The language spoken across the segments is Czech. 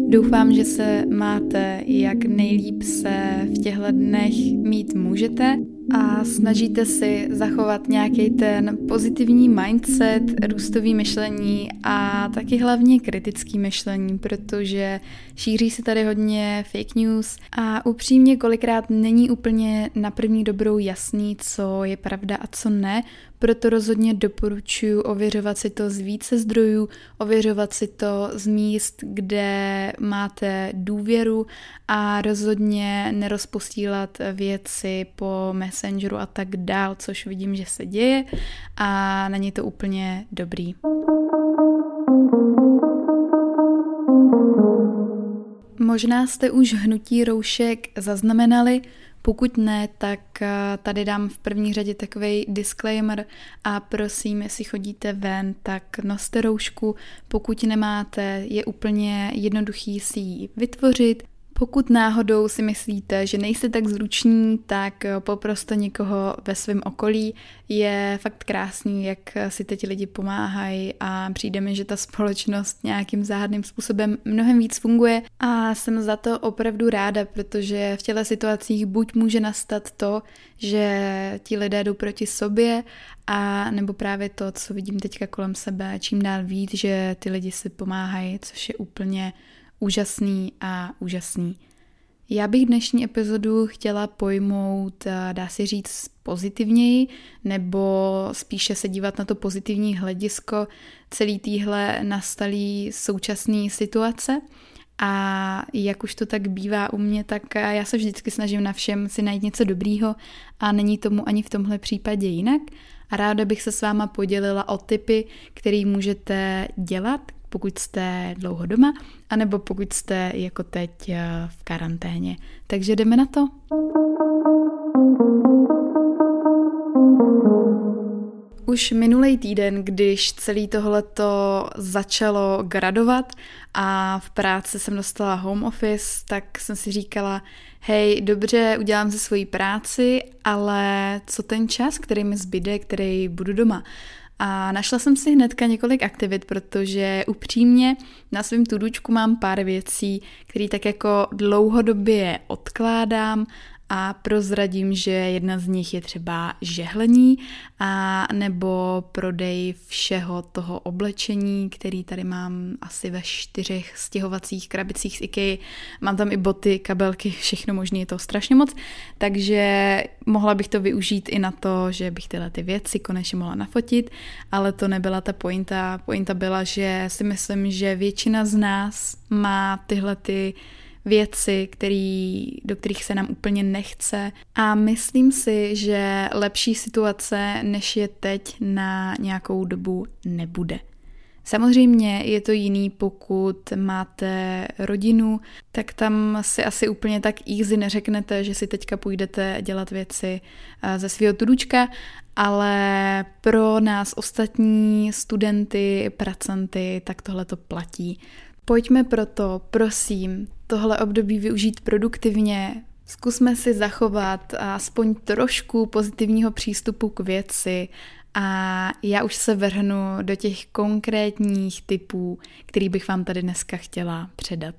Doufám, že se máte, jak nejlíp se v těchto dnech mít můžete a snažíte si zachovat nějaký ten pozitivní mindset, růstový myšlení a taky hlavně kritický myšlení, protože šíří se tady hodně fake news a upřímně kolikrát není úplně na první dobrou jasný, co je pravda a co ne, proto rozhodně doporučuji ověřovat si to z více zdrojů, ověřovat si to z míst, kde máte důvěru a rozhodně nerozposílat věci po Messengeru a tak dál, což vidím, že se děje a není to úplně dobrý. Možná jste už hnutí roušek zaznamenali, pokud ne, tak tady dám v první řadě takovej disclaimer a prosím, jestli chodíte ven, tak noste roušku, pokud nemáte, je úplně jednoduchý si ji vytvořit. Pokud náhodou si myslíte, že nejste tak zruční, tak poproste někoho ve svém okolí. Je fakt krásný, jak si teď lidi pomáhají a přijde mi, že ta společnost nějakým záhadným způsobem mnohem víc funguje a jsem za to opravdu ráda, protože v těchto situacích buď může nastat to, že ti lidé jdou proti sobě, a nebo právě to, co vidím teďka kolem sebe, čím dál víc, že ty lidi si pomáhají, což je úplně úžasný a úžasný. Já bych dnešní epizodu chtěla pojmout, dá se říct, pozitivněji, nebo spíše se dívat na to pozitivní hledisko celý týhle nastalý současný situace. A jak už to tak bývá u mě, tak já se vždycky snažím na všem si najít něco dobrýho a není tomu ani v tomhle případě jinak. A ráda bych se s váma podělila o tipy, které můžete dělat, pokud jste dlouho doma, anebo pokud jste jako teď v karanténě. Takže jdeme na to. Už minulý týden, když celý tohleto začalo gradovat a v práci jsem dostala home office, tak jsem si říkala, hej, dobře, udělám si svoji práci, ale co ten čas, který mi zbyde, který budu doma? A našla jsem si hnedka několik aktivit, protože upřímně na svém tudučku mám pár věcí, které tak jako dlouhodobě odkládám a prozradím, že jedna z nich je třeba žehlení a nebo prodej všeho toho oblečení, který tady mám asi ve 4 stěhovacích krabicích z IKEA. Mám tam i boty, kabelky, všechno možné, je to strašně moc, takže mohla bych to využít i na to, že bych tyhle ty věci konečně mohla nafotit, ale to nebyla ta pointa. Pointa byla, že si myslím, že většina z nás má tyhle ty věci, do kterých se nám úplně nechce a myslím si, že lepší situace, než je teď, na nějakou dobu nebude. Samozřejmě je to jiný, pokud máte rodinu, tak tam si asi úplně tak easy neřeknete, že si teďka půjdete dělat věci ze svého tudučka, ale pro nás ostatní studenty, pracanty, tak tohle to platí. Pojďme proto, prosím, tohle období využít produktivně. Zkusme si zachovat aspoň trošku pozitivního přístupu k věci a já už se vrhnu do těch konkrétních tipů, který bych vám tady dneska chtěla předat.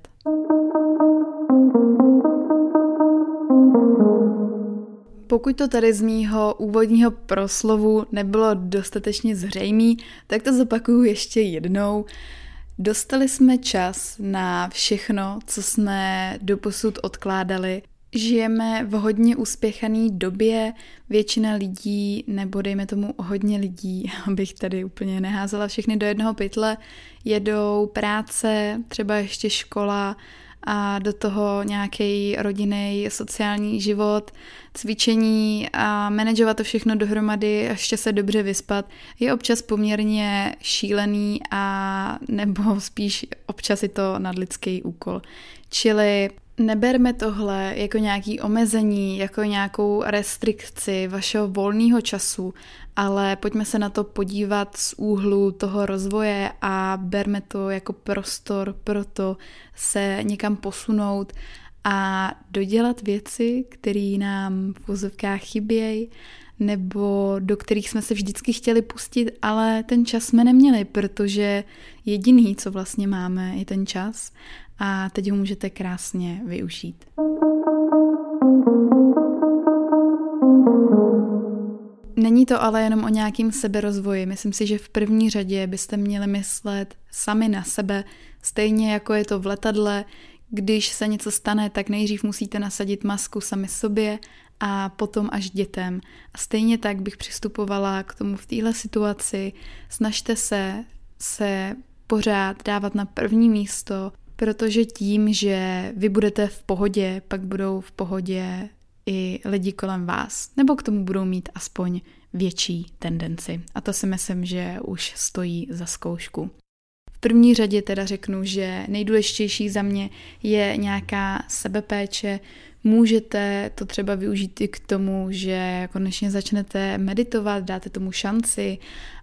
Pokud to tady z mýho úvodního proslovu nebylo dostatečně zřejmý, tak to zopakuju ještě jednou. Dostali jsme čas na všechno, co jsme doposud odkládali. Žijeme v hodně uspěchané době, většina lidí, nebo dejme tomu hodně lidí, abych tady úplně neházela všechny do jednoho pytle, jedou práce, třeba ještě škola a do toho nějaký rodinný sociální život, cvičení a manažovat to všechno dohromady a ještě se dobře vyspat je občas poměrně šílený a nebo spíš občas je to nadlidský úkol. Čili neberme tohle jako nějaký omezení, jako nějakou restrikci vašeho volného času, ale pojďme se na to podívat z úhlu toho rozvoje a berme to jako prostor pro to se někam posunout a dodělat věci, které nám v vozovkách chybějí, nebo do kterých jsme se vždycky chtěli pustit, ale ten čas jsme neměli, protože jediný, co vlastně máme, je ten čas a teď ho můžete krásně využít. Není to ale jenom o nějakým seberozvoji. Myslím si, že v první řadě byste měli myslet sami na sebe, stejně jako je to v letadle. Když se něco stane, tak nejdřív musíte nasadit masku sami sobě a potom až dětem. A stejně tak bych přistupovala k tomu v téhle situaci. Snažte se pořád dávat na první místo, protože tím, že vy budete v pohodě, pak budou v pohodě i lidi kolem vás, nebo k tomu budou mít aspoň větší tendenci. A to si myslím, že už stojí za zkoušku. V první řadě teda řeknu, že nejdůležitější za mě je nějaká sebepéče. Můžete to třeba využít i k tomu, že konečně začnete meditovat, dáte tomu šanci,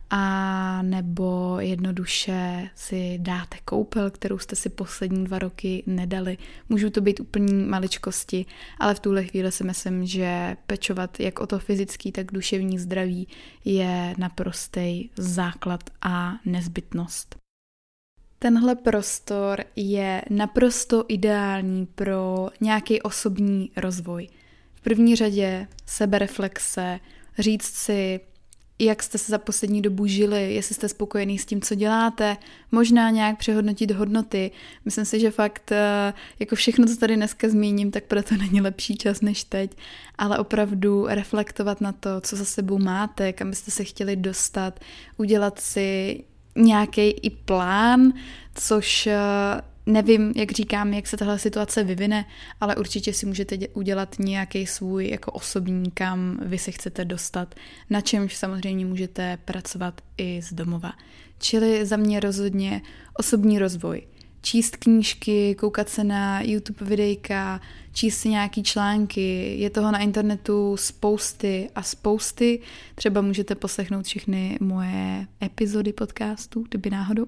a nebo jednoduše si dáte koupel, kterou jste si poslední 2 roky nedali. Můžou to být úplný maličkosti, ale v tuhle chvíli si myslím, že pečovat jak o to fyzický, tak duševní zdraví je naprostý základ a nezbytnost. Tenhle prostor je naprosto ideální pro nějaký osobní rozvoj. V první řadě sebereflexe, říct si, jak jste se za poslední dobu žili, jestli jste spokojený s tím, co děláte, možná nějak přehodnotit hodnoty. Myslím si, že fakt jako všechno, co tady dneska zmíním, tak proto není lepší čas než teď, ale opravdu reflektovat na to, co za sebou máte, kam byste se chtěli dostat, udělat si nějaký i plán, což nevím, jak říkám, jak se tahle situace vyvine, ale určitě si můžete udělat nějaký svůj jako osobní, kam vy se chcete dostat, na čemž samozřejmě můžete pracovat i z domova. Čili za mě rozhodně osobní rozvoj. Číst knížky, koukat se na YouTube videjka, číst si nějaký články, je toho na internetu spousty a spousty. Třeba můžete poslechnout všechny moje epizody podcastů, kdyby náhodou,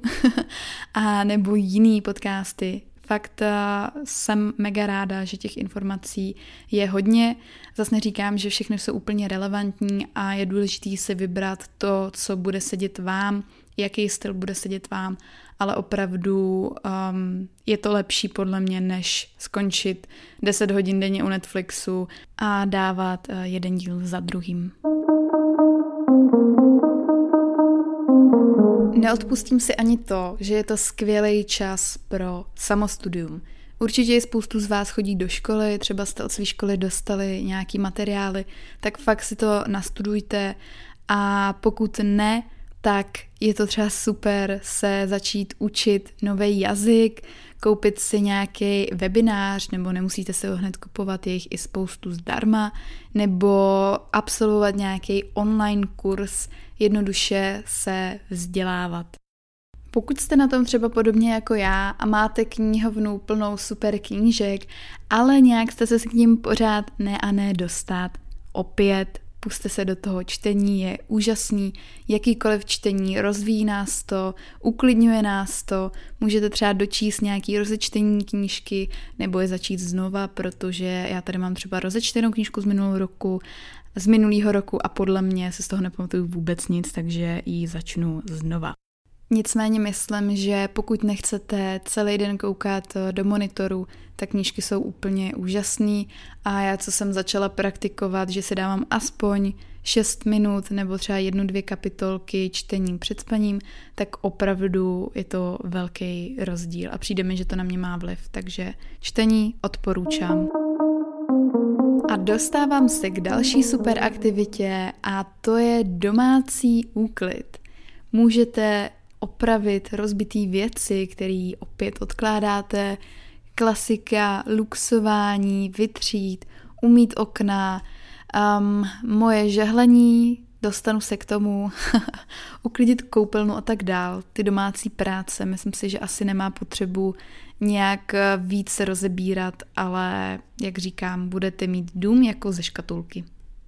a nebo jiný podcasty. Fakt jsem mega ráda, že těch informací je hodně. Zas neříkám, že všechny jsou úplně relevantní a je důležité si vybrat to, co bude sedět vám, jaký styl bude sedět vám, ale opravdu je to lepší podle mě, než skončit 10 hodin denně u Netflixu a dávat jeden díl za druhým. Neodpustím si ani to, že je to skvělý čas pro samostudium. Určitě je spoustu z vás chodí do školy, třeba jste od své školy dostali nějaký materiály, tak fakt si to nastudujte a pokud ne, tak je to třeba super se začít učit nový jazyk, koupit si nějaký webinář, nebo nemusíte si ho hned kupovat, je jich i spoustu zdarma, nebo absolvovat nějaký online kurz, jednoduše se vzdělávat. Pokud jste na tom třeba podobně jako já a máte knihovnu plnou super knížek, ale nějak jste se s ním pořád ne dostat, opět pusťte se do toho, čtení je úžasný, jakýkoliv čtení, rozvíjí nás to, uklidňuje nás to, můžete třeba dočíst nějaký rozečtení knížky nebo je začít znova, protože já tady mám třeba rozečtenou knížku z minulého roku a podle mě se z toho nepamatuju vůbec nic, takže ji začnu znova. Nicméně myslím, že pokud nechcete celý den koukat do monitoru, tak knížky jsou úplně úžasný a já, co jsem začala praktikovat, že si dávám aspoň 6 minut nebo třeba 1-2 kapitolky čtením před spaním, tak opravdu je to velký rozdíl a přijde mi, že to na mě má vliv, takže čtení odporučám. A dostávám se k další super aktivitě a to je domácí úklid. Můžete opravit rozbitý věci, které opět odkládáte, klasika, luxování, vytřít, umýt okna, moje žehlení, dostanu se k tomu, uklidit koupelnu a tak dál. Ty domácí práce, myslím si, že asi nemá potřebu nějak víc rozebírat, ale jak říkám, budete mít dům jako ze škatulky.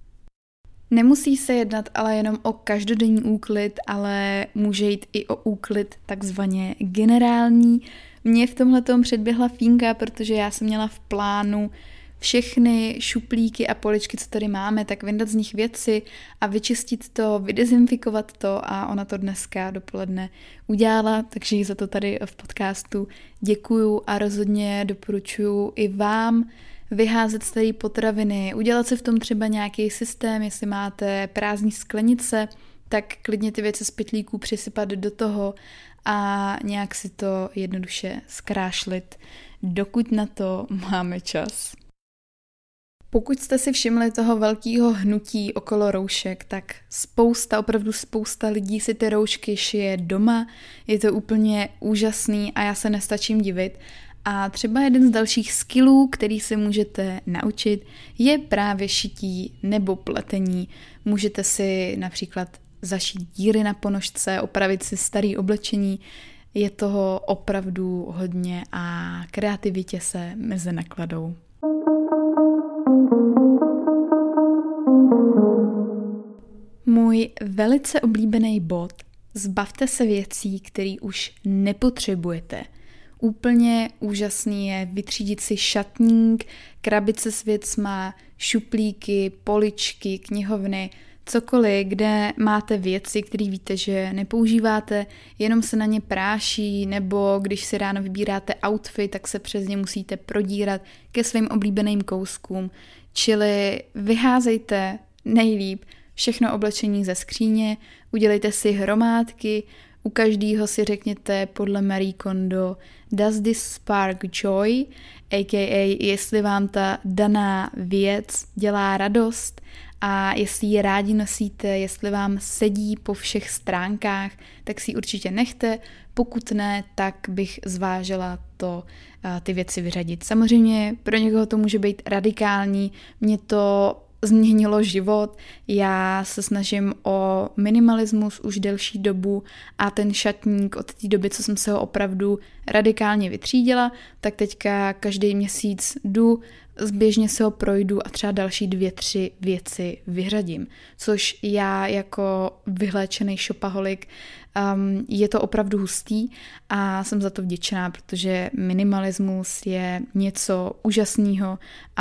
Nemusí se jednat ale jenom o každodenní úklid, ale může jít i o úklid takzvaně generální. Mě v tomhletom předběhla Fínka, protože já jsem měla v plánu všechny šuplíky a poličky, co tady máme, tak vyndat z nich věci a vyčistit to, vydezinfikovat to a ona to dneska dopoledne udělala, takže jí za to tady v podcastu děkuju a rozhodně doporučuji i vám vyházet staré potraviny, udělat si v tom třeba nějaký systém, jestli máte prázdné sklenice, tak klidně ty věci z pytlíků přisypat do toho a nějak si to jednoduše zkrášlit, dokud na to máme čas. Pokud jste si všimli toho velkého hnutí okolo roušek, tak opravdu spousta lidí si ty roušky šije doma, je to úplně úžasný a já se nestačím divit. A třeba jeden z dalších skillů, který si můžete naučit, je právě šití nebo pletení. Můžete si například zašít díry na ponožce, opravit si staré oblečení. Je toho opravdu hodně a kreativitě se meze nakladou. Můj velice oblíbený bod: zbavte se věcí, které už nepotřebujete. Úplně úžasný je vytřídit si šatník, krabice s věcma, šuplíky, poličky, knihovny, cokoliv, kde máte věci, které víte, že nepoužíváte, jenom se na ně práší, nebo když si ráno vybíráte outfit, tak se přes ně musíte prodírat ke svým oblíbeným kouskům. Čili vyházejte nejlíp všechno oblečení ze skříně, udělejte si hromádky, u každého si řekněte podle Marie Kondo does this spark joy, a.k.a. jestli vám ta daná věc dělá radost a jestli ji rádi nosíte, jestli vám sedí po všech stránkách, tak si ji určitě nechte, pokud ne, tak bych zvážila ty věci vyřadit. Samozřejmě pro někoho to může být radikální, mě to změnilo život. Já se snažím o minimalismus už delší dobu a ten šatník od té doby, co jsem se ho opravdu radikálně vytřídila, tak teďka každý měsíc jdu, zběžně se ho projdu a třeba další 2-3 věci vyřadím. Což já jako vyhléčený šopaholik je to opravdu hustý a jsem za to vděčná, protože minimalismus je něco úžasného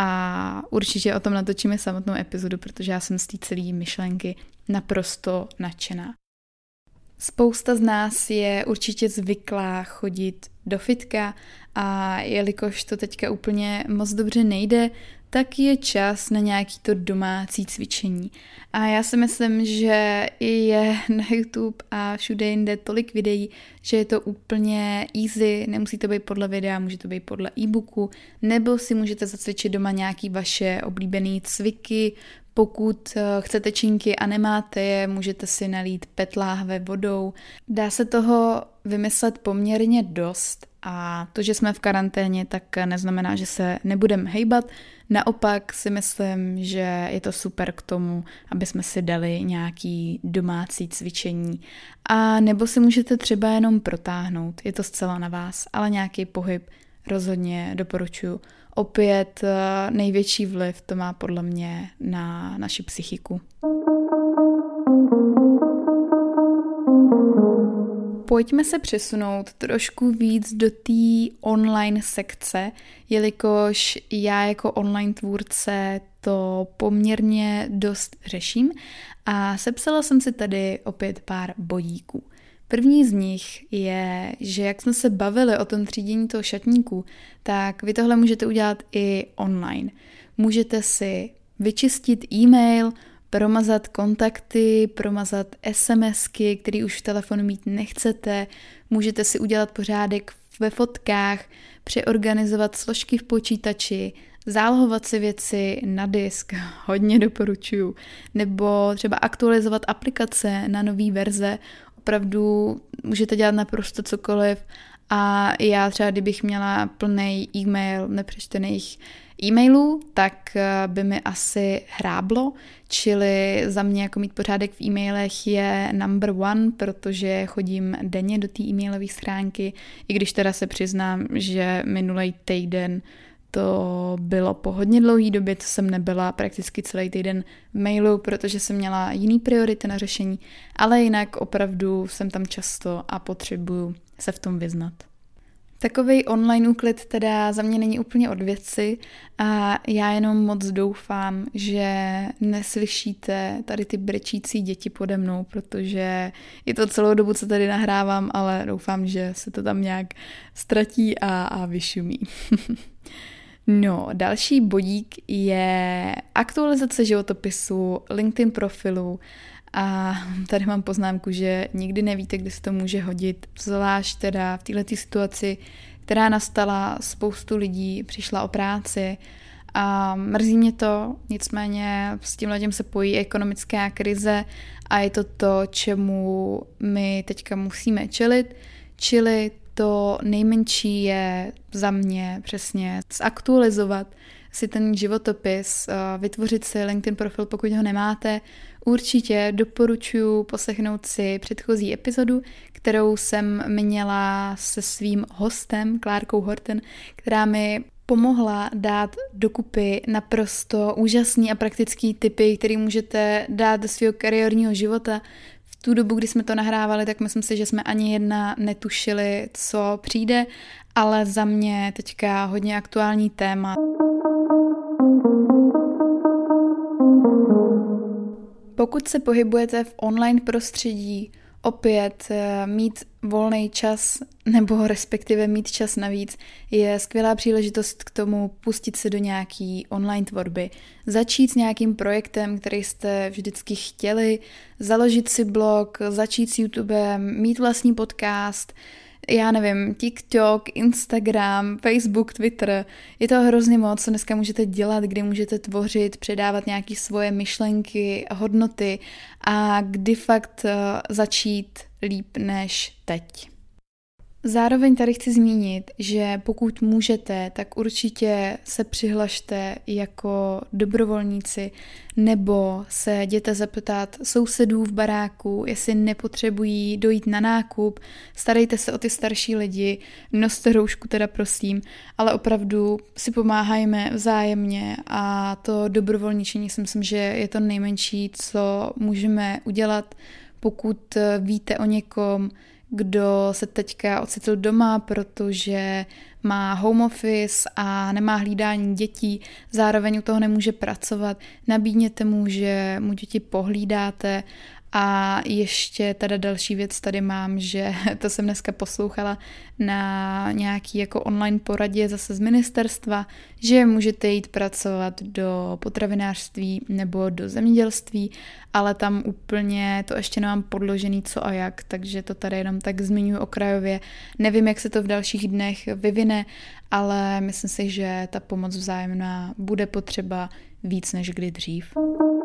a určitě o tom natočíme samotnou epizodu, protože já jsem z té celé myšlenky naprosto nadšená. Spousta z nás je určitě zvyklá chodit do fitka a jelikož to teďka úplně moc dobře nejde, tak je čas na nějaký to domácí cvičení. A já si myslím, že je na YouTube a všude jinde tolik videí, že je to úplně easy, nemusí to být podle videa, může to být podle e-booku, nebo si můžete zacvičit doma nějaký vaše oblíbené cviky. Pokud chcete činky a nemáte je, můžete si nalít PET láhve vodou. Dá se toho vymyslet poměrně dost a to, že jsme v karanténě, tak neznamená, že se nebudeme hejbat. Naopak si myslím, že je to super k tomu, aby jsme si dali nějaký domácí cvičení. A nebo si můžete třeba jenom protáhnout, je to zcela na vás, ale nějaký pohyb rozhodně doporučuji. Opět největší vliv to má podle mě na naši psychiku. Pojďme se přesunout trošku víc do té online sekce, jelikož já jako online tvůrce to poměrně dost řeším a sepsala jsem si tady opět pár bodíků. První z nich je, že jak jsme se bavili o tom třídění toho šatníku, tak vy tohle můžete udělat i online. Můžete si vyčistit e-mail, promazat kontakty, promazat SMSky, které už v telefonu mít nechcete, můžete si udělat pořádek ve fotkách, přeorganizovat složky v počítači, zálohovat si věci na disk, hodně doporučuju, nebo třeba aktualizovat aplikace na nový verze, opravdu můžete dělat naprosto cokoliv a já třeba, kdybych měla plný e-mail nepřečtených e-mailů, tak by mi asi hráblo, čili za mě jako mít pořádek v e-mailech je number one, protože chodím denně do té e-mailové schránky, i když teda se přiznám, že minulý týden to bylo po hodně dlouhý době, co jsem nebyla prakticky celý týden v mailu, protože jsem měla jiný priority na řešení, ale jinak opravdu jsem tam často a potřebuju se v tom vyznat. Takovej online úklid teda za mě není úplně od věci a já jenom moc doufám, že neslyšíte tady ty brečící děti pode mnou, protože je to celou dobu, co tady nahrávám, ale doufám, že se to tam nějak ztratí a vyšumí. No, další bodík je aktualizace životopisu, LinkedIn profilu a tady mám poznámku, že nikdy nevíte, kdy se to může hodit, zvlášť teda v této situaci, která nastala, spoustu lidí přišla o práci a mrzí mě to, nicméně s tímhletím se pojí ekonomická krize a je to to, čemu my teďka musíme čelit, čili to nejmenší je za mě přesně zaktualizovat si ten životopis, vytvořit si LinkedIn profil, pokud ho nemáte. Určitě doporučuji poslechnout si předchozí epizodu, kterou jsem měla se svým hostem, Klárkou Horten, která mi pomohla dát dokupy naprosto úžasný a praktický tipy, který můžete dát do svého kariérního života. V tu dobu, kdy jsme to nahrávali, tak myslím si, že jsme ani jedna netušili, co přijde, ale za mě teďka hodně aktuální téma. Pokud se pohybujete v online prostředí, opět mít volný čas nebo respektive mít čas navíc je skvělá příležitost k tomu pustit se do nějaký online tvorby. Začít s nějakým projektem, který jste vždycky chtěli, založit si blog, začít s YouTubem, mít vlastní podcast, já nevím, TikTok, Instagram, Facebook, Twitter. Je to hrozně moc, co dneska můžete dělat, kdy můžete tvořit, předávat nějaké svoje myšlenky, hodnoty a kdy fakt začít líp než teď. Zároveň tady chci zmínit, že pokud můžete, tak určitě se přihlašte jako dobrovolníci nebo se jděte zeptat sousedů v baráku, jestli nepotřebují dojít na nákup, starejte se o ty starší lidi, noste roušku teda prosím, ale opravdu si pomáhajme vzájemně a to dobrovolničení si myslím, že je to nejmenší, co můžeme udělat, pokud víte o někom, kdo se teďka ocitl doma, protože má home office a nemá hlídání dětí, zároveň u toho nemůže pracovat, nabídněte mu, že mu děti pohlídáte. A ještě teda další věc tady mám, že to jsem dneska poslouchala na nějaký jako online poradě zase z ministerstva, že můžete jít pracovat do potravinářství nebo do zemědělství, ale tam úplně to ještě nemám podložený co a jak, takže to tady jenom tak zmiňuji okrajově. Nevím, jak se to v dalších dnech vyvine, ale myslím si, že ta pomoc vzájemná bude potřeba víc než kdy dřív.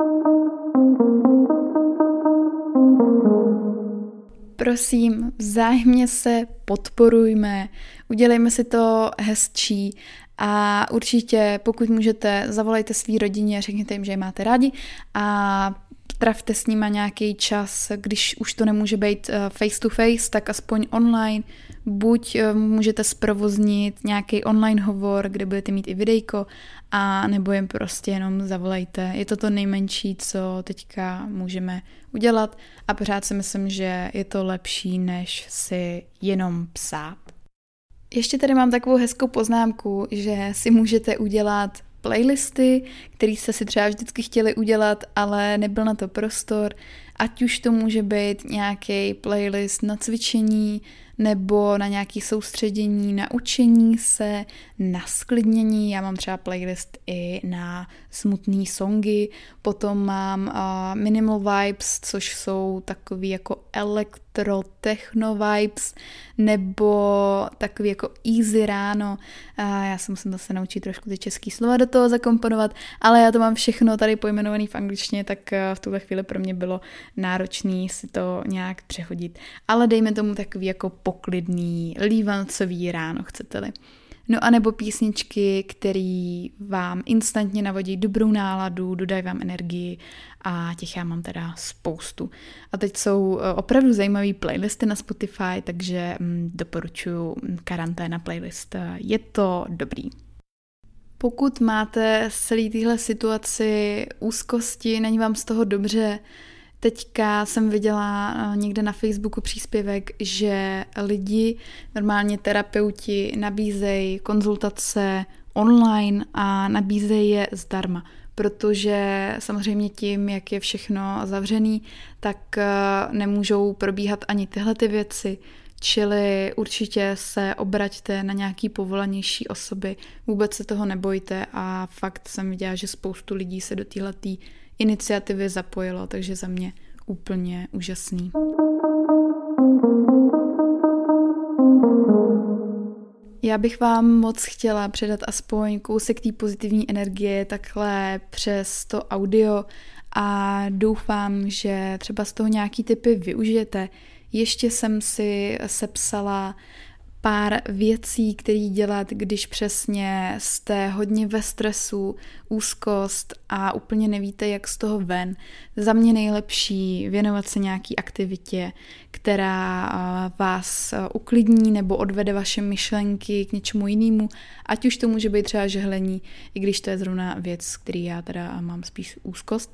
Prosím, vzájemně se podporujme, udělejme si to hezčí a určitě, pokud můžete, zavolejte svý rodině, řekněte jim, že je máte rádi a trávte s nima nějaký čas, když už to nemůže být face to face, tak aspoň online. Buď můžete zprovoznit nějaký online hovor, kde budete mít i videjko, a nebo jim prostě jenom zavolejte. Je to nejmenší, co teďka můžeme udělat a pořád si myslím, že je to lepší, než si jenom psát. Ještě tady mám takovou hezkou poznámku, že si můžete udělat playlisty, které jste si třeba vždycky chtěli udělat, ale nebyl na to prostor. Ať už to může být nějaký playlist na cvičení, nebo na nějaké soustředění, na učení se, na sklidnění. Já mám třeba playlist i na smutné songy, potom mám minimal vibes, což jsou takový jako techno vibes, nebo takový jako easy ráno. Já se musím zase naučit trošku ty český slova do toho zakomponovat, ale já to mám všechno tady pojmenovaný v angličtině, tak v tuhle chvíli pro mě bylo náročný si to nějak přehodit. Ale dejme tomu takový jako poklidný, lívancový ráno, chcete-li. No a nebo písničky, které vám instantně navodí dobrou náladu, dodají vám energii a těch já mám teda spoustu. A teď jsou opravdu zajímavé playlisty na Spotify, takže doporučuji karanténa playlist. Je to dobrý. Pokud máte z celé téhle situaci úzkosti, není vám z toho dobře, Teďka jsem viděla někde na Facebooku příspěvek, že lidi, normálně terapeuti, nabízejí konzultace online a nabízejí je zdarma, protože samozřejmě tím, jak je všechno zavřený, tak nemůžou probíhat ani tyhle ty věci, čili určitě se obraťte na nějaký povolanější osoby, vůbec se toho nebojte a fakt jsem viděla, že spoustu lidí se do téhleté iniciativy zapojilo, takže za mě úplně úžasný. Já bych vám moc chtěla předat aspoň kousek té pozitivní energie takhle přes to audio a doufám, že třeba z toho nějaký tipy využijete. Ještě jsem si sepsala pár věcí, které dělat, když přesně jste hodně ve stresu, úzkost a úplně nevíte, jak z toho ven. Za mě nejlepší věnovat se nějaký aktivitě, která vás uklidní nebo odvede vaše myšlenky k něčemu jinému, ať už to může být třeba žehlení, i když to je zrovna věc, který já teda mám spíš úzkost,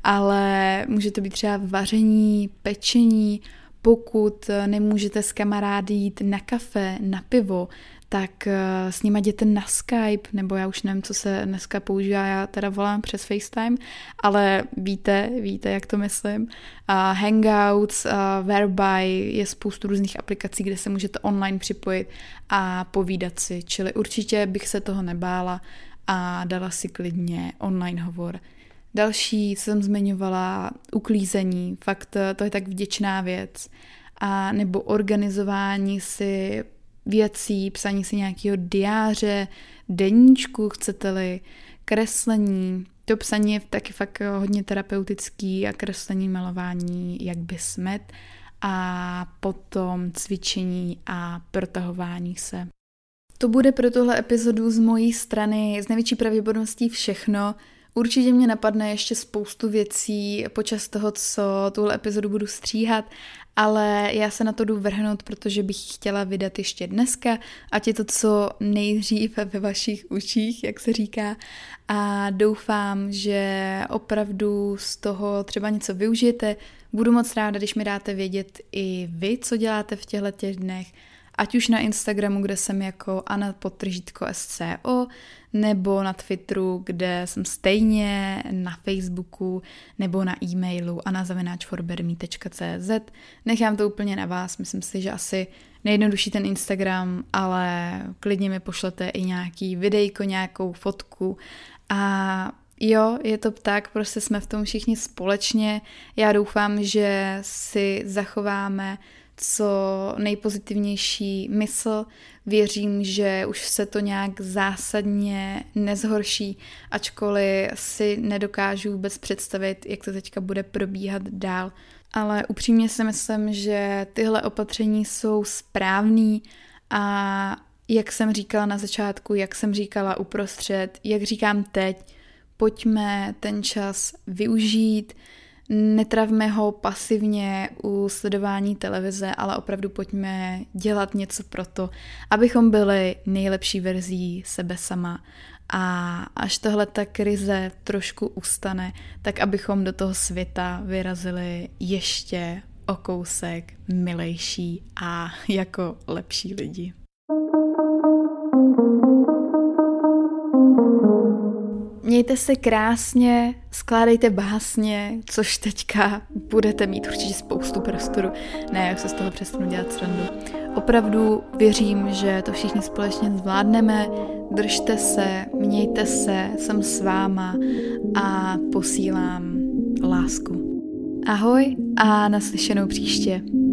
ale může to být třeba vaření, pečení. Pokud nemůžete s kamarády jít na kafe, na pivo, tak s nima jděte na Skype, nebo já už nevím, co se dneska používá, já teda volám přes FaceTime, ale víte, jak to myslím. Hangouts, Whereby, je spoustu různých aplikací, kde se můžete online připojit a povídat si, čili určitě bych se toho nebála a dala si klidně online hovor. Další, co jsem zmiňovala, uklízení, fakt to je tak vděčná věc. A nebo organizování si věcí, psaní si nějakého diáře, deníčku, chcete-li, kreslení. To psaní je taky fakt hodně terapeutický a kreslení, malování, jak by smet. A potom cvičení a protahování se. To bude pro tuhle epizodu z mojí strany z největší pravděpodobností všechno. Určitě mě napadne ještě spoustu věcí počas toho, co tuhle epizodu budu stříhat, ale já se na to jdu vrhnout, protože bych chtěla vydat ještě dneska, ať je to co nejdříve ve vašich uších, jak se říká, a doufám, že opravdu z toho třeba něco využijete. Budu moc ráda, když mi dáte vědět i vy, co děláte v těchto dnech, ať už na Instagramu, kde jsem jako Anna_SCO, nebo na Twitteru, kde jsem stejně, na Facebooku, nebo na e-mailu anna@forberme.cz. Nechám to úplně na vás, myslím si, že asi nejjednodušší ten Instagram, ale klidně mi pošlete i nějaký videjko, nějakou fotku a jo, je to tak, prostě jsme v tom všichni společně. Já doufám, že si zachováme co nejpozitivnější mysl. Věřím, že už se to nějak zásadně nezhorší, ačkoliv si nedokážu vůbec představit, jak to teďka bude probíhat dál. Ale upřímně si myslím, že tyhle opatření jsou správný a jak jsem říkala na začátku, jak jsem říkala uprostřed, jak říkám teď, pojďme ten čas využít, netravme ho pasivně u sledování televize, ale opravdu pojďme dělat něco pro to, abychom byli nejlepší verzí sebe sama. A až tahle ta krize trošku ustane, tak abychom do toho světa vyrazili ještě o kousek milejší a jako lepší lidi. Mějte se krásně, skládejte básně, což teďka budete mít určitě spoustu prostoru. Ne, jak se z toho přestanu dělat srandu. Opravdu věřím, že to všichni společně zvládneme. Držte se, mějte se, jsem s váma a posílám lásku. Ahoj a naslyšenou příště.